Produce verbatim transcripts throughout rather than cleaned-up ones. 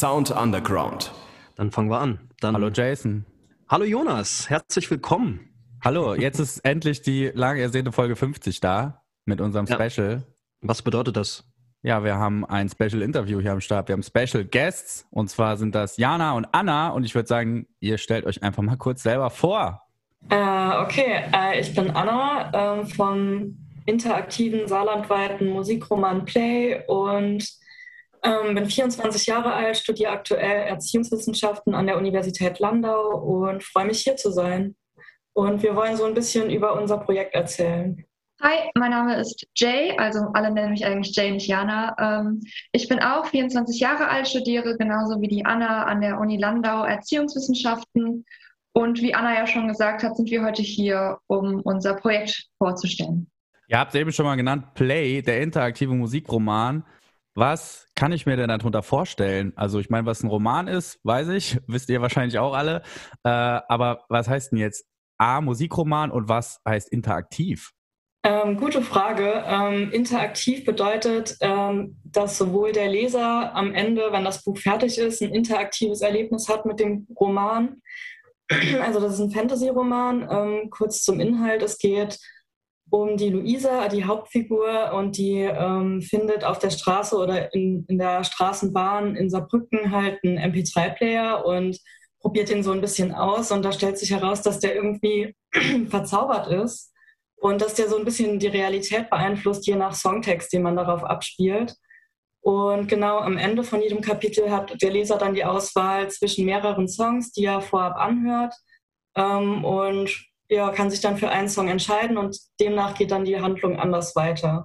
Sound Underground. Dann fangen wir an. Dann Hallo Jason. Hallo Jonas, herzlich willkommen. Hallo, jetzt ist endlich die lang ersehnte Folge fünfzig da mit unserem Ja. Special. Was bedeutet das? Ja, wir haben ein Special Interview hier am Start. Wir haben Special Guests und zwar sind das Jana und Anna und ich würde sagen, ihr stellt euch einfach mal kurz selber vor. Äh, okay, äh, ich bin Anna äh, vom interaktiven saarlandweiten Musikroman Play und ähm, bin vierundzwanzig Jahre alt, studiere aktuell Erziehungswissenschaften an der Universität Landau und freue mich hier zu sein. Und wir wollen so ein bisschen über unser Projekt erzählen. Hi, mein Name ist Jay, also alle nennen mich eigentlich Jay, nicht Jana. Ähm, ich bin auch vierundzwanzig Jahre alt, studiere genauso wie die Anna an der Uni Landau Erziehungswissenschaften. Und wie Anna ja schon gesagt hat, sind wir heute hier, um unser Projekt vorzustellen. Ihr habt es eben schon mal genannt, Play, der interaktive Musikroman. Was kann ich mir denn darunter vorstellen? Also ich meine, was ein Roman ist, weiß ich, wisst ihr wahrscheinlich auch alle. Äh, aber was heißt denn jetzt A, Musikroman und was heißt interaktiv? Ähm, gute Frage. Ähm, interaktiv bedeutet, ähm, dass sowohl der Leser am Ende, wenn das Buch fertig ist, ein interaktives Erlebnis hat mit dem Roman. Also das ist ein Fantasy-Roman. Ähm, kurz zum Inhalt. Es geht um die Luisa, die Hauptfigur, und die ähm, findet auf der Straße oder in, in der Straßenbahn in Saarbrücken halt einen M P drei Player und probiert ihn so ein bisschen aus. Und da stellt sich heraus, dass der irgendwie verzaubert ist. Und dass der so ein bisschen die Realität beeinflusst, je nach Songtext, den man darauf abspielt. Und genau am Ende von jedem Kapitel hat der Leser dann die Auswahl zwischen mehreren Songs, die er vorab anhört. Ähm, und ja, kann sich dann für einen Song entscheiden und demnach geht dann die Handlung anders weiter.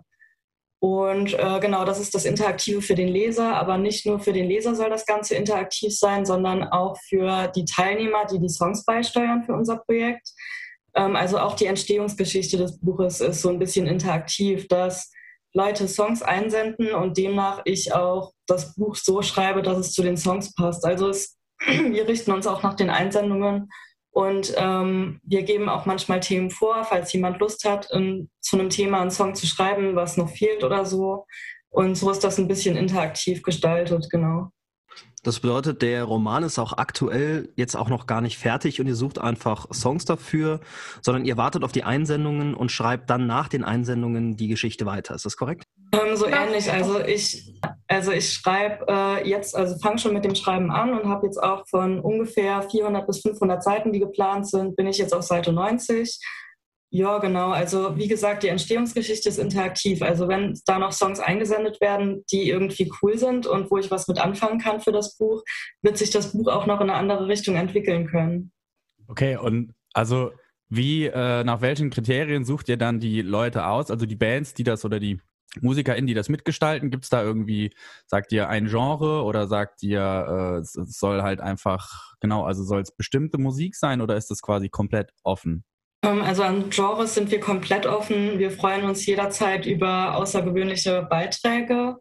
Und äh, genau, das ist das Interaktive für den Leser, aber nicht nur für den Leser soll das Ganze interaktiv sein, sondern auch für die Teilnehmer, die die Songs beisteuern für unser Projekt. Also auch die Entstehungsgeschichte des Buches ist so ein bisschen interaktiv, dass Leute Songs einsenden und demnach ich auch das Buch so schreibe, dass es zu den Songs passt. Also es, wir richten uns auch nach den Einsendungen und ähm, wir geben auch manchmal Themen vor, falls jemand Lust hat, in, zu einem Thema einen Song zu schreiben, was noch fehlt oder so. Und so ist das ein bisschen interaktiv gestaltet, genau. Das bedeutet, der Roman ist auch aktuell jetzt auch noch gar nicht fertig und ihr sucht einfach Songs dafür, sondern ihr wartet auf die Einsendungen und schreibt dann nach den Einsendungen die Geschichte weiter. Ist das korrekt? Ähm, so ähnlich. Also ich, also ich schreibe äh, jetzt, also fange schon mit dem Schreiben an und habe jetzt auch von ungefähr vierhundert bis fünfhundert Seiten, die geplant sind, bin ich jetzt auf Seite neunzig. Ja, genau. Also wie gesagt, die Entstehungsgeschichte ist interaktiv. Also wenn da noch Songs eingesendet werden, die irgendwie cool sind und wo ich was mit anfangen kann für das Buch, wird sich das Buch auch noch in eine andere Richtung entwickeln können. Okay, und also wie, äh, nach welchen Kriterien sucht ihr dann die Leute aus? Also die Bands, die das oder die MusikerInnen, die das mitgestalten, gibt es da irgendwie, sagt ihr ein Genre oder sagt ihr, äh, es soll halt einfach, genau, also soll es bestimmte Musik sein oder ist das quasi komplett offen? Also an Genres sind wir komplett offen. Wir freuen uns jederzeit über außergewöhnliche Beiträge.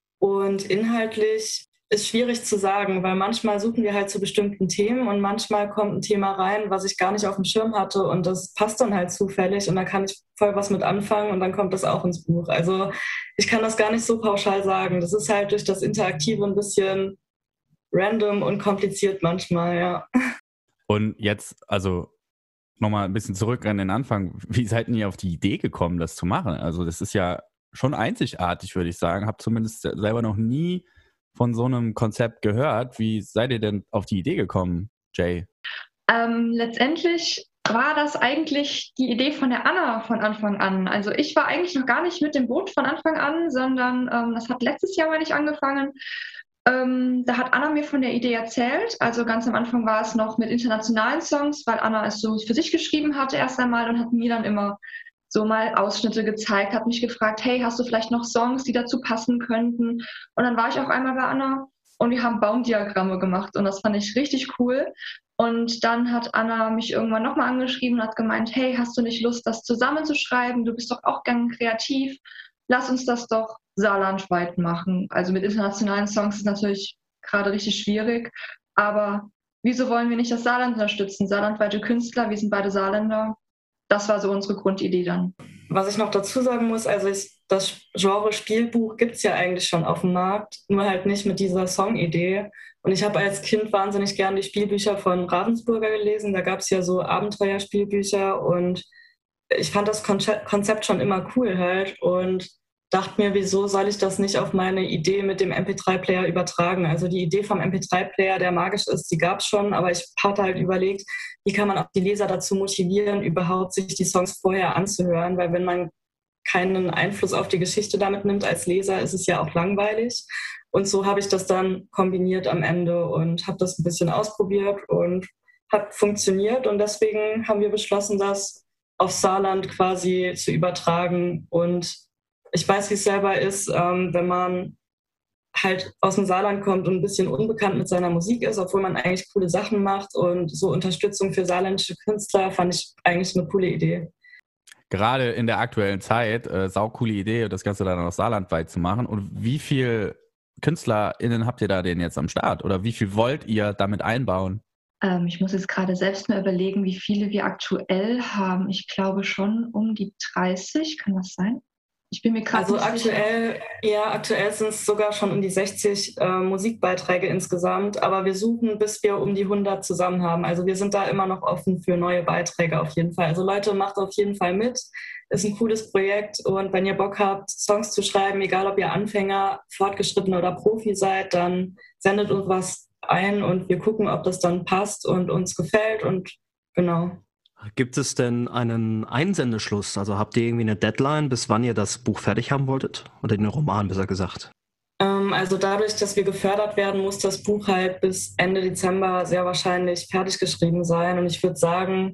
Und inhaltlich ist schwierig zu sagen, weil manchmal suchen wir halt zu bestimmten Themen und manchmal kommt ein Thema rein, was ich gar nicht auf dem Schirm hatte und das passt dann halt zufällig und da kann ich voll was mit anfangen und dann kommt das auch ins Buch. Also ich kann das gar nicht so pauschal sagen. Das ist halt durch das Interaktive ein bisschen random und kompliziert manchmal, ja. Und jetzt, also nochmal ein bisschen zurück an den Anfang. Wie seid ihr auf die Idee gekommen, das zu machen? Also das ist ja schon einzigartig, würde ich sagen. Hab zumindest selber noch nie von so einem Konzept gehört. Wie seid ihr denn auf die Idee gekommen, Jay? Ähm, letztendlich war das eigentlich die Idee von der Anna von Anfang an. Also ich war eigentlich noch gar nicht mit dem Boot von Anfang an, sondern ähm, das hat letztes Jahr, meine ich, angefangen. Ähm, da hat Anna mir von der Idee erzählt. Also ganz am Anfang war es noch mit internationalen Songs, weil Anna es so für sich geschrieben hatte erst einmal und hat mir dann immer so mal Ausschnitte gezeigt, hat mich gefragt, hey, hast du vielleicht noch Songs, die dazu passen könnten? Und dann war ich auch einmal bei Anna und wir haben Baumdiagramme gemacht und das fand ich richtig cool. Und dann hat Anna mich irgendwann nochmal angeschrieben und hat gemeint, hey, hast du nicht Lust, das zusammenzuschreiben? Du bist doch auch gern kreativ. Lass uns das doch saarlandweit machen. Also mit internationalen Songs ist es natürlich gerade richtig schwierig. Aber wieso wollen wir nicht das Saarland unterstützen? Saarlandweite Künstler, wir sind beide Saarländer. Das war so unsere Grundidee dann. was ich noch dazu sagen muss, also ich, das Genre Spielbuch gibt es ja eigentlich schon auf dem Markt, nur halt nicht mit dieser Songidee. Und ich habe als Kind wahnsinnig gern die Spielbücher von Ravensburger gelesen. Da gab es ja so Abenteuerspielbücher und ich fand das Konzept schon immer cool halt und dachte mir, wieso soll ich das nicht auf meine Idee mit dem M P drei Player übertragen? Also die Idee vom M P drei Player, der magisch ist, die gab es schon, aber ich hatte halt überlegt, wie kann man auch die Leser dazu motivieren, überhaupt sich die Songs vorher anzuhören, weil wenn man keinen Einfluss auf die Geschichte damit nimmt als Leser, ist es ja auch langweilig. Und so habe ich das dann kombiniert am Ende und habe das ein bisschen ausprobiert und hat funktioniert. Und deswegen haben wir beschlossen, das auf Saarland quasi zu übertragen. Und ich weiß, wie es selber ist, ähm, wenn man halt aus dem Saarland kommt und ein bisschen unbekannt mit seiner Musik ist, obwohl man eigentlich coole Sachen macht. Und so Unterstützung für saarländische Künstler fand ich eigentlich eine coole Idee. Gerade in der aktuellen Zeit, äh, saucoole Idee, das Ganze dann auch saarlandweit zu machen. Und wie viel KünstlerInnen habt ihr da denn jetzt am Start? Oder wie viel wollt ihr damit einbauen? Ähm, ich muss jetzt gerade selbst mal überlegen, wie viele wir aktuell haben. Ich glaube schon um die dreißig, kann das sein? Ich bin mir gerade Also nicht aktuell, sicher. ja, aktuell sind es sogar schon um die sechzig äh, Musikbeiträge insgesamt, aber wir suchen, bis wir um die hundert zusammen haben. Also wir sind da immer noch offen für neue Beiträge auf jeden Fall. Also Leute, macht auf jeden Fall mit. Ist ein cooles Projekt und wenn ihr Bock habt, Songs zu schreiben, egal ob ihr Anfänger, Fortgeschrittene oder Profi seid, dann sendet uns was ein und wir gucken, ob das dann passt und uns gefällt und genau. Gibt es denn einen Einsendeschluss? Also habt ihr irgendwie eine Deadline, bis wann ihr das Buch fertig haben wolltet? Oder den Roman, besser gesagt? Ähm, also dadurch, dass wir gefördert werden, muss das Buch halt bis Ende Dezember sehr wahrscheinlich fertig geschrieben sein. Und ich würde sagen,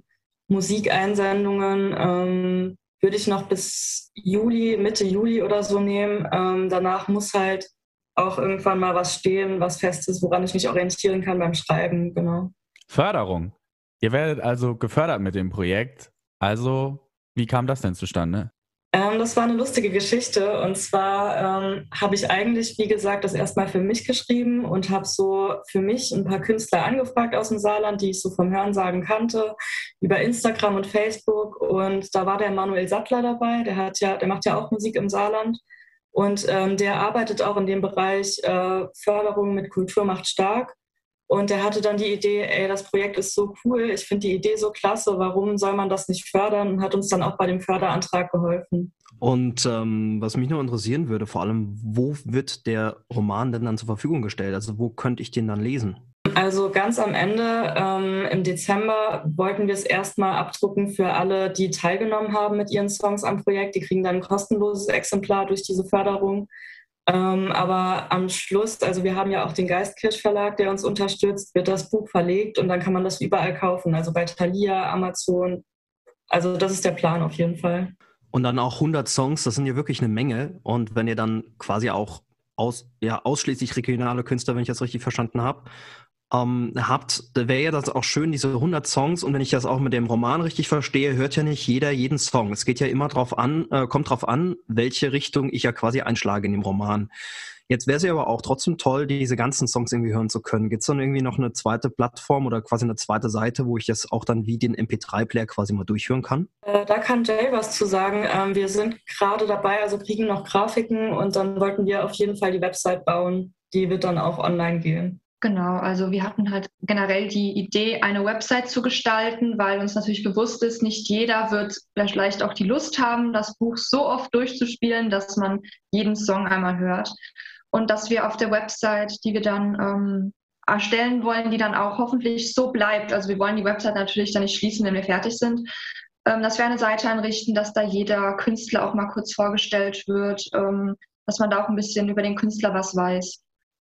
Musikeinsendungen ähm, würde ich noch bis Juli, Mitte Juli oder so nehmen. Ähm, danach muss halt auch irgendwann mal was stehen, was fest ist, woran ich mich orientieren kann beim Schreiben, genau. Förderung. Ihr werdet also gefördert mit dem Projekt. Also, wie kam das denn zustande? Ähm, das war eine lustige Geschichte. Und zwar ähm, habe ich eigentlich, wie gesagt, das erstmal für mich geschrieben und habe so für mich ein paar Künstler angefragt aus dem Saarland, die ich so vom Hörensagen kannte, über Instagram und Facebook. Und da war der Manuel Sattler dabei, der hat ja, der macht ja auch Musik im Saarland. Und ähm, der arbeitet auch in dem Bereich äh, Förderung mit Kultur macht stark. Und der hatte dann die Idee, ey, das Projekt ist so cool, ich finde die Idee so klasse, warum soll man das nicht fördern? Und hat uns dann auch bei dem Förderantrag geholfen. Und ähm, was mich noch interessieren würde, vor allem, wo wird der Roman denn dann zur Verfügung gestellt? Also wo könnte ich den dann lesen? Also ganz am Ende, ähm, im Dezember, wollten wir es erstmal abdrucken für alle, die teilgenommen haben mit ihren Songs am Projekt. Die kriegen dann ein kostenloses Exemplar durch diese Förderung. Ähm, aber am Schluss, also wir haben ja auch den Geistkirch Verlag, der uns unterstützt, wird das Buch verlegt und dann kann man das überall kaufen. Also bei Thalia, Amazon. Also das ist der Plan auf jeden Fall. Und dann auch hundert Songs, das sind ja wirklich eine Menge. Und wenn ihr dann quasi auch aus, ja, ausschließlich regionale Künstler, wenn ich das richtig verstanden habe, ähm, habt, wäre ja das auch schön, diese hundert Songs. Und wenn ich das auch mit dem Roman richtig verstehe, hört ja nicht jeder jeden Song. Es geht ja immer drauf an, äh, kommt drauf an, welche Richtung ich ja quasi einschlage in dem Roman. Jetzt wäre es ja aber auch trotzdem toll, diese ganzen Songs irgendwie hören zu können. Gibt es dann irgendwie noch eine zweite Plattform oder quasi eine zweite Seite, wo ich das auch dann wie den M P drei Player quasi mal durchhören kann? Äh, da kann Jay was zu sagen. Ähm, wir sind gerade dabei, also kriegen noch Grafiken und dann wollten wir auf jeden Fall die Website bauen. Die wird dann auch online gehen. Genau, also wir hatten halt generell die Idee, eine Website zu gestalten, weil uns natürlich bewusst ist, nicht jeder wird vielleicht auch die Lust haben, das Buch so oft durchzuspielen, dass man jeden Song einmal hört. Und dass wir auf der Website, die wir dann ähm, erstellen wollen, die dann auch hoffentlich so bleibt. Also wir wollen die Website natürlich dann nicht schließen, wenn wir fertig sind. Ähm, dass wir eine Seite einrichten, dass da jeder Künstler auch mal kurz vorgestellt wird, ähm, dass man da auch ein bisschen über den Künstler was weiß.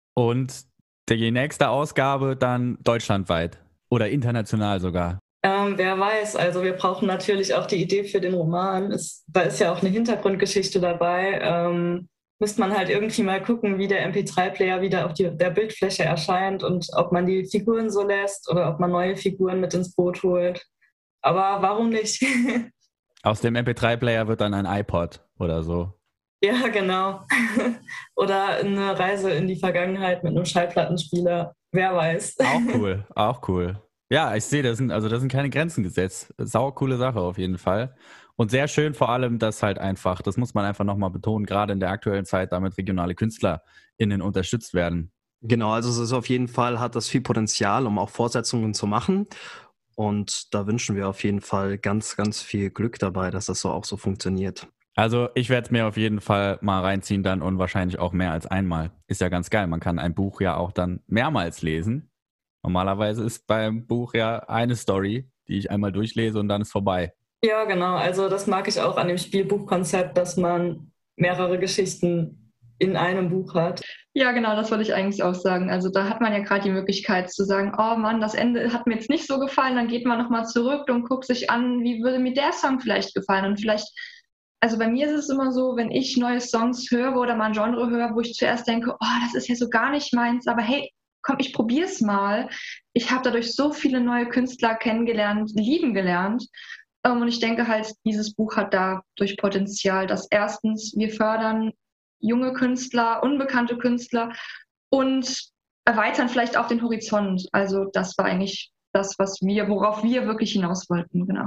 Und die nächste Ausgabe dann deutschlandweit oder international sogar? Ähm, wer weiß, also wir brauchen natürlich auch die Idee für den Roman. Es, da ist ja auch eine Hintergrundgeschichte dabei. Ähm, müsste man halt irgendwie mal gucken, wie der M P drei Player wieder auf die, der Bildfläche erscheint und ob man die Figuren so lässt oder ob man neue Figuren mit ins Boot holt. Aber warum nicht? Aus dem M P drei Player wird dann ein iPod oder so. Ja, genau. Oder eine Reise in die Vergangenheit mit einem Schallplattenspieler. Wer weiß. Auch cool, auch cool. Ja, ich sehe, das sind, also das sind keine Grenzen gesetzt. Sau coole Sache auf jeden Fall. Und sehr schön vor allem, dass halt einfach, das muss man einfach nochmal betonen, gerade in der aktuellen Zeit, damit regionale KünstlerInnen unterstützt werden. Genau, also es ist auf jeden Fall, hat das viel Potenzial, um auch Fortsetzungen zu machen. Und da wünschen wir auf jeden Fall ganz, ganz viel Glück dabei, dass das so auch so funktioniert. Also ich werde es mir auf jeden Fall mal reinziehen dann und wahrscheinlich auch mehr als einmal. Ist ja ganz geil, man kann ein Buch ja auch dann mehrmals lesen. Normalerweise ist beim Buch ja eine Story, die ich einmal durchlese und dann ist vorbei. Ja, genau. Also das mag ich auch an dem Spielbuchkonzept, dass man mehrere Geschichten in einem Buch hat. Ja, genau, das wollte ich eigentlich auch sagen. Also da hat man ja gerade die Möglichkeit zu sagen, oh Mann, das Ende hat mir jetzt nicht so gefallen, dann geht man nochmal zurück und guckt sich an, wie würde mir der Song vielleicht gefallen. Und vielleicht, also bei mir ist es immer so, wenn ich neue Songs höre oder mal ein Genre höre, wo ich zuerst denke, oh, das ist ja so gar nicht meins, aber hey, komm, ich probier's mal. Ich habe dadurch so viele neue Künstler kennengelernt, lieben gelernt. Und ich denke halt, dieses Buch hat dadurch Potenzial, dass erstens wir fördern junge Künstler, unbekannte Künstler und erweitern vielleicht auch den Horizont. Also das war eigentlich das, was wir, worauf wir wirklich hinaus wollten, genau.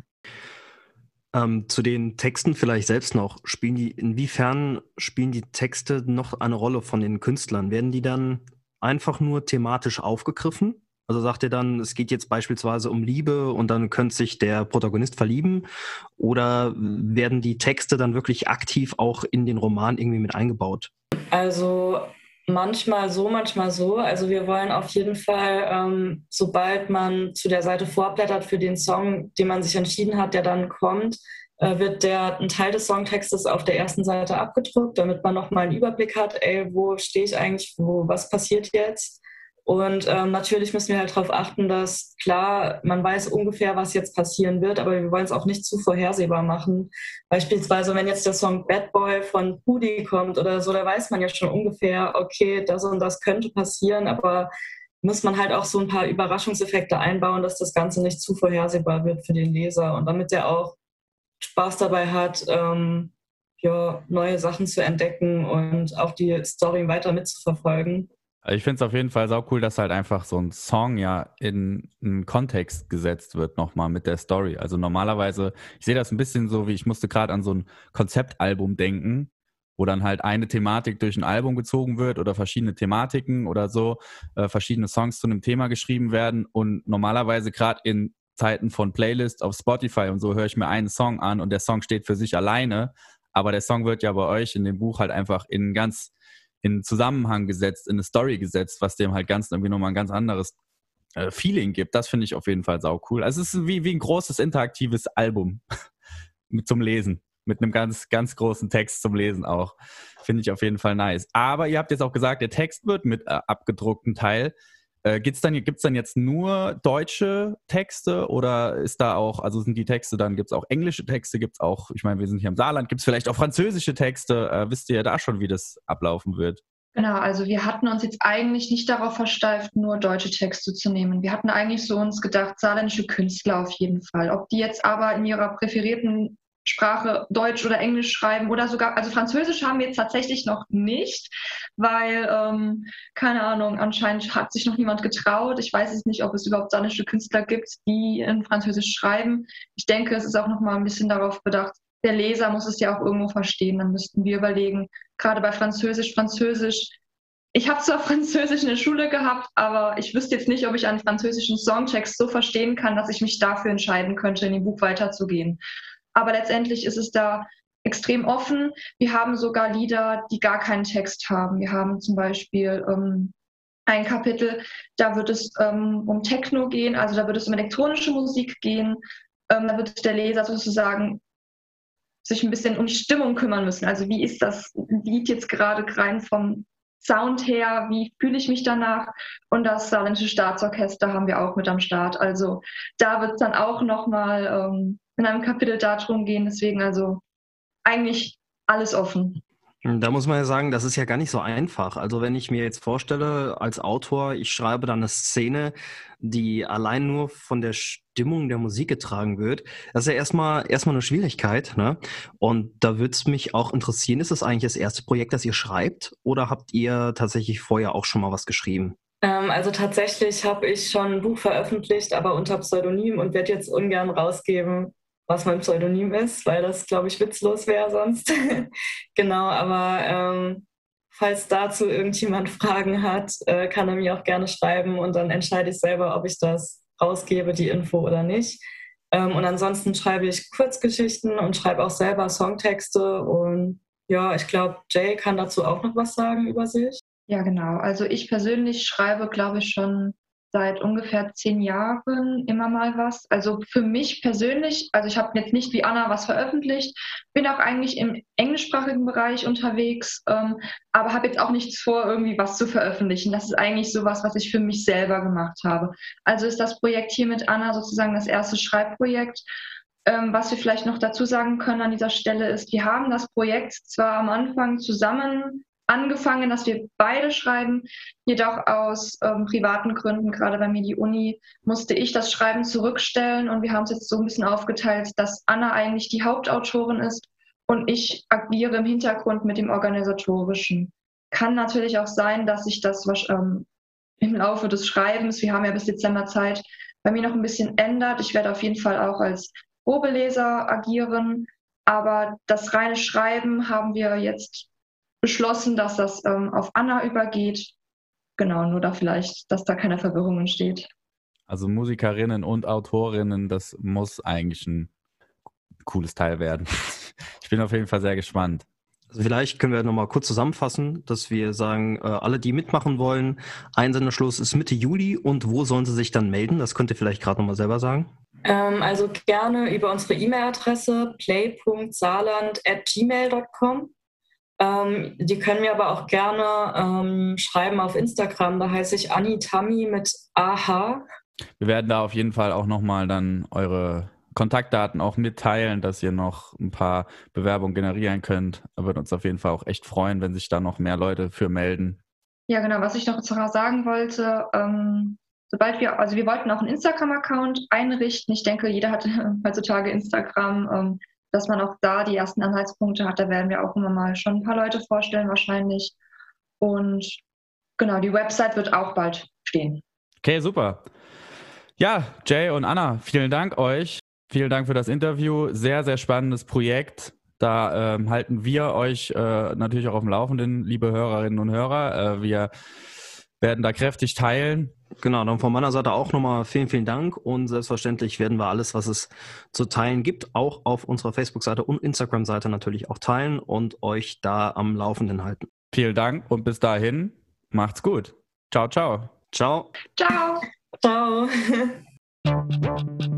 Ähm, zu den Texten vielleicht selbst noch. Spielen die, inwiefern spielen die Texte noch eine Rolle von den Künstlern? Werden die dann einfach nur thematisch aufgegriffen? Also sagt ihr dann, es geht jetzt beispielsweise um Liebe und dann könnte sich der Protagonist verlieben? Oder werden die Texte dann wirklich aktiv auch in den Roman irgendwie mit eingebaut? Also manchmal so, manchmal so. Also wir wollen auf jeden Fall, ähm, sobald man zu der Seite vorblättert für den Song, den man sich entschieden hat, der dann kommt, äh, wird der ein Teil des Songtextes auf der ersten Seite abgedruckt, damit man nochmal einen Überblick hat, ey, wo stehe ich eigentlich, wo, was passiert jetzt? Und ähm, natürlich müssen wir halt darauf achten, dass klar, man weiß ungefähr, was jetzt passieren wird, aber wir wollen es auch nicht zu vorhersehbar machen. Beispielsweise, wenn jetzt der Song Bad Boy von Pudi kommt oder so, da weiß man ja schon ungefähr, okay, das und das könnte passieren, aber muss man halt auch so ein paar Überraschungseffekte einbauen, dass das Ganze nicht zu vorhersehbar wird für den Leser und damit er auch Spaß dabei hat, ähm, ja, neue Sachen zu entdecken und auch die Story weiter mitzuverfolgen. Ich finde es auf jeden Fall sau cool, dass halt einfach so ein Song ja in einen Kontext gesetzt wird nochmal mit der Story. Also normalerweise, ich sehe das ein bisschen so, wie ich musste gerade an so ein Konzeptalbum denken, wo dann halt eine Thematik durch ein Album gezogen wird oder verschiedene Thematiken oder so, äh, verschiedene Songs zu einem Thema geschrieben werden und normalerweise gerade in Zeiten von Playlists auf Spotify und so höre ich mir einen Song an und der Song steht für sich alleine, aber der Song wird ja bei euch in dem Buch halt einfach in ganz in Zusammenhang gesetzt, in eine Story gesetzt, was dem halt ganz irgendwie nochmal ein ganz anderes äh, Feeling gibt. Das finde ich auf jeden Fall sau cool. Also es ist wie, wie ein großes interaktives Album mit zum Lesen, mit einem ganz, ganz großen Text zum Lesen auch. Finde ich auf jeden Fall nice. Aber ihr habt jetzt auch gesagt, der Text wird mit äh, abgedrucktem Teil. Äh, gibt's dann, gibt's dann jetzt nur deutsche Texte oder ist da auch, also sind die Texte dann, gibt es auch englische Texte, gibt es auch, ich meine, wir sind hier im Saarland, gibt es vielleicht auch französische Texte? Äh, wisst ihr ja da schon, wie das ablaufen wird? Genau, also wir hatten uns jetzt eigentlich nicht darauf versteift, nur deutsche Texte zu nehmen. Wir hatten eigentlich so uns gedacht, saarländische Künstler auf jeden Fall. Ob die jetzt aber in ihrer präferierten Sprache Deutsch oder Englisch schreiben oder sogar, also Französisch haben wir jetzt tatsächlich noch nicht, weil, ähm, keine Ahnung, anscheinend hat sich noch niemand getraut. Ich weiß es nicht, ob es überhaupt saarländische Künstler gibt, die in Französisch schreiben. Ich denke, es ist auch noch mal ein bisschen darauf bedacht, der Leser muss es ja auch irgendwo verstehen. Dann müssten wir überlegen, gerade bei Französisch, Französisch, ich habe zwar Französisch in der Schule gehabt, aber ich wüsste jetzt nicht, ob ich einen französischen Songtext so verstehen kann, dass ich mich dafür entscheiden könnte, in dem Buch weiterzugehen. Aber letztendlich ist es da extrem offen. Wir haben sogar Lieder, die gar keinen Text haben. Wir haben zum Beispiel ähm, ein Kapitel, da wird es ähm, um Techno gehen, also da wird es um elektronische Musik gehen. Ähm, da wird der Leser sozusagen sich ein bisschen um die Stimmung kümmern müssen. Also wie ist das Lied jetzt gerade rein vom Sound her, wie fühle ich mich danach? Und das Saarländische Staatsorchester haben wir auch mit am Start. Also da wird es dann auch nochmal ähm, in einem Kapitel darum gehen. Deswegen also eigentlich alles offen. Da muss man ja sagen, das ist ja gar nicht so einfach. Also wenn ich mir jetzt vorstelle, als Autor, ich schreibe dann eine Szene, die allein nur von der Stimmung der Musik getragen wird, das ist ja erstmal erstmal eine Schwierigkeit, ne? Und da würde es mich auch interessieren, ist das eigentlich das erste Projekt, das ihr schreibt? Oder habt ihr tatsächlich vorher auch schon mal was geschrieben? Ähm, also tatsächlich habe ich schon ein Buch veröffentlicht, aber unter Pseudonym und werde jetzt ungern rausgeben, was mein Pseudonym ist, weil das, glaube ich, witzlos wäre sonst. Genau, aber ähm, falls dazu irgendjemand Fragen hat, äh, kann er mir auch gerne schreiben und dann entscheide ich selber, ob ich das rausgebe, die Info oder nicht. Ähm, und ansonsten schreibe ich Kurzgeschichten und schreibe auch selber Songtexte und ja, ich glaube, Jay kann dazu auch noch was sagen über sich. Ja, genau. Also ich persönlich schreibe, glaube ich, schon seit ungefähr zehn Jahren immer mal was. Also für mich persönlich, also ich habe jetzt nicht wie Anna was veröffentlicht, bin auch eigentlich im englischsprachigen Bereich unterwegs, ähm, aber habe jetzt auch nichts vor, irgendwie was zu veröffentlichen. Das ist eigentlich sowas, was ich für mich selber gemacht habe. Also ist das Projekt hier mit Anna sozusagen das erste Schreibprojekt. Ähm, was wir vielleicht noch dazu sagen können an dieser Stelle ist, wir haben das Projekt zwar am Anfang zusammen angefangen, dass wir beide schreiben, jedoch aus ähm, privaten Gründen, gerade bei mir die Uni, musste ich das Schreiben zurückstellen und wir haben es jetzt so ein bisschen aufgeteilt, dass Anna eigentlich die Hauptautorin ist und ich agiere im Hintergrund mit dem Organisatorischen. Kann natürlich auch sein, dass sich das ähm, im Laufe des Schreibens, wir haben ja bis Dezember Zeit, bei mir noch ein bisschen ändert. Ich werde auf jeden Fall auch als Probeleser agieren, aber das reine Schreiben haben wir jetzt beschlossen, dass das ähm, auf Anna übergeht. Genau, nur da vielleicht, dass da keine Verwirrung entsteht. Also Musikerinnen und Autorinnen, das muss eigentlich ein cooles Teil werden. Ich bin auf jeden Fall sehr gespannt. Also vielleicht können wir nochmal kurz zusammenfassen, dass wir sagen, äh, alle, die mitmachen wollen, Einsendeschluss ist Mitte Juli und wo sollen sie sich dann melden? Das könnt ihr vielleicht gerade nochmal selber sagen. Ähm, also gerne über unsere E-Mail-Adresse play punkt saarland at gmail punkt com. Ähm, die können mir aber auch gerne ähm, schreiben auf Instagram. Da heiße ich Anitami mit A H. Wir werden da auf jeden Fall auch nochmal dann eure Kontaktdaten auch mitteilen, dass ihr noch ein paar Bewerbungen generieren könnt. Da würde uns auf jeden Fall auch echt freuen, wenn sich da noch mehr Leute für melden. Ja, genau. Was ich noch sagen wollte, ähm, sobald wir, also wir wollten auch einen Instagram-Account einrichten. Ich denke, jeder hat heutzutage Instagram. Ähm, dass man auch da die ersten Anhaltspunkte hat. Da werden wir auch immer mal schon ein paar Leute vorstellen wahrscheinlich. Und genau, die Website wird auch bald stehen. Okay, super. Ja, Jay und Anna, vielen Dank euch. Vielen Dank für das Interview. Sehr, sehr spannendes Projekt. Da ähm, halten wir euch äh, natürlich auch auf dem Laufenden, liebe Hörerinnen und Hörer. Äh, wir werden da kräftig teilen. Genau, dann von meiner Seite auch nochmal vielen, vielen Dank und selbstverständlich werden wir alles, was es zu teilen gibt, auch auf unserer Facebook-Seite und Instagram-Seite natürlich auch teilen und euch da am Laufenden halten. Vielen Dank und bis dahin, macht's gut. Ciao, ciao. Ciao. Ciao. Ciao.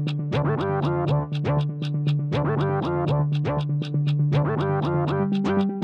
Thank you.